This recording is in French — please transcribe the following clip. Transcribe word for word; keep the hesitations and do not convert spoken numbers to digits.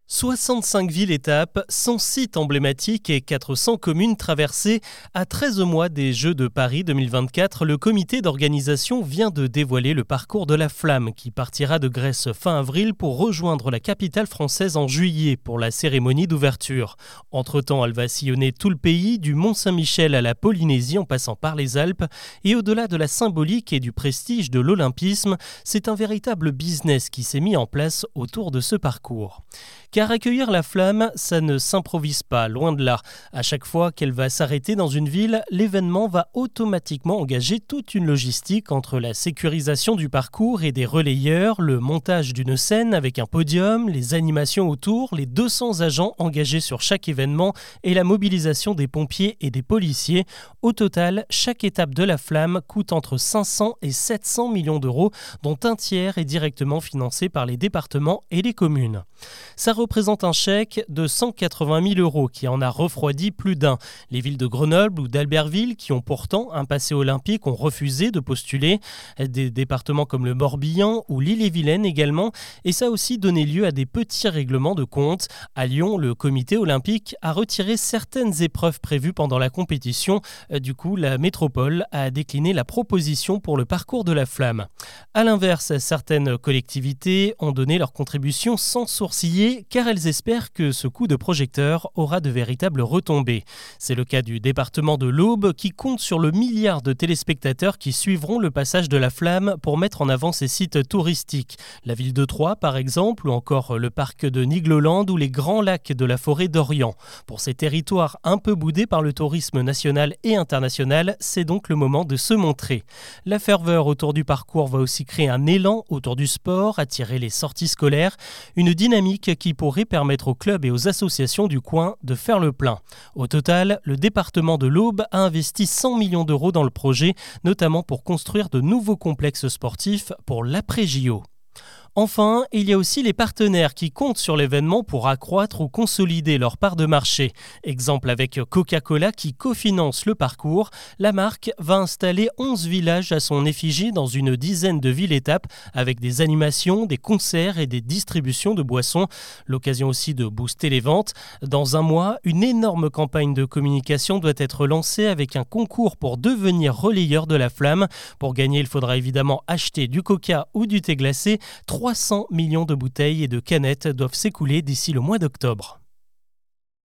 soixante-cinq villes-étapes, cent sites emblématiques et quatre cents communes traversées. À treize mois des Jeux de Paris deux mille vingt-quatre, le comité d'organisation vient de dévoiler le parcours de la flamme qui partira de Grèce fin avril pour rejoindre la capitale française en juillet pour la cérémonie d'ouverture. Entre-temps, elle va sillonner tout le pays, du Mont-Saint-Michel à la Polynésie en passant par les Alpes. Et au-delà de la symbolique et du prestige de l'olympisme, c'est un véritable business qui s'est mis en place autour de ce parcours. Car accueillir la flamme, ça ne s'improvise pas, loin de là. À chaque fois qu'elle va s'arrêter dans une ville, l'événement va automatiquement engager toute une logistique entre la sécurisation du parcours et des relayeurs, le montage d'une scène avec un podium, les animations autour, les deux cents agents engagés sur chaque événement et la mobilisation des pompiers et des policiers. Au total, chaque étape de la flamme coûte entre cinq cents et sept cents millions d'euros, dont un tiers est directement financé par les départements et les communes. Ça représente un chèque de cent quatre-vingt mille euros qui en a refroidi plus d'un. Les villes de Grenoble ou d'Albertville, qui ont pourtant un passé olympique, ont refusé de postuler. Des départements comme le Morbihan ou l'Ille-et-Vilaine également. Et ça a aussi donné lieu à des petits règlements de compte. À Lyon, le comité olympique a retiré certaines épreuves prévues pendant la compétition. Du coup, la métropole a décliné la proposition pour le parcours de la flamme. À l'inverse, certaines collectivités ont donné leur contribution sans sourciller, car elles espèrent que ce coup de projecteur aura de véritables retombées. C'est le cas du département de l'Aube qui compte sur le milliard de téléspectateurs qui suivront le passage de la flamme pour mettre en avant ses sites touristiques. La ville de Troyes par exemple, ou encore le parc de Nigloland ou les grands lacs de la forêt d'Orient. Pour ces territoires un peu boudés par le tourisme national et international, c'est donc le moment de se montrer. La ferveur autour du parcours va aussi créer un élan autour du sport, attirer les sorties scolaires, une dynamique qui pourrait permettre aux clubs et aux associations du coin de faire le plein. Au total, le département de l'Aube a investi cent millions d'euros dans le projet, notamment pour construire de nouveaux complexes sportifs pour l'après-J O. Enfin, il y a aussi les partenaires qui comptent sur l'événement pour accroître ou consolider leur part de marché. Exemple avec Coca-Cola qui cofinance le parcours. La marque va installer onze villages à son effigie dans une dizaine de villes-étapes avec des animations, des concerts et des distributions de boissons. L'occasion aussi de booster les ventes. Dans un mois, une énorme campagne de communication doit être lancée avec un concours pour devenir relayeur de la flamme. Pour gagner, il faudra évidemment acheter du coca ou du thé glacé. trois cents millions de bouteilles et de canettes doivent s'écouler d'ici le mois d'octobre.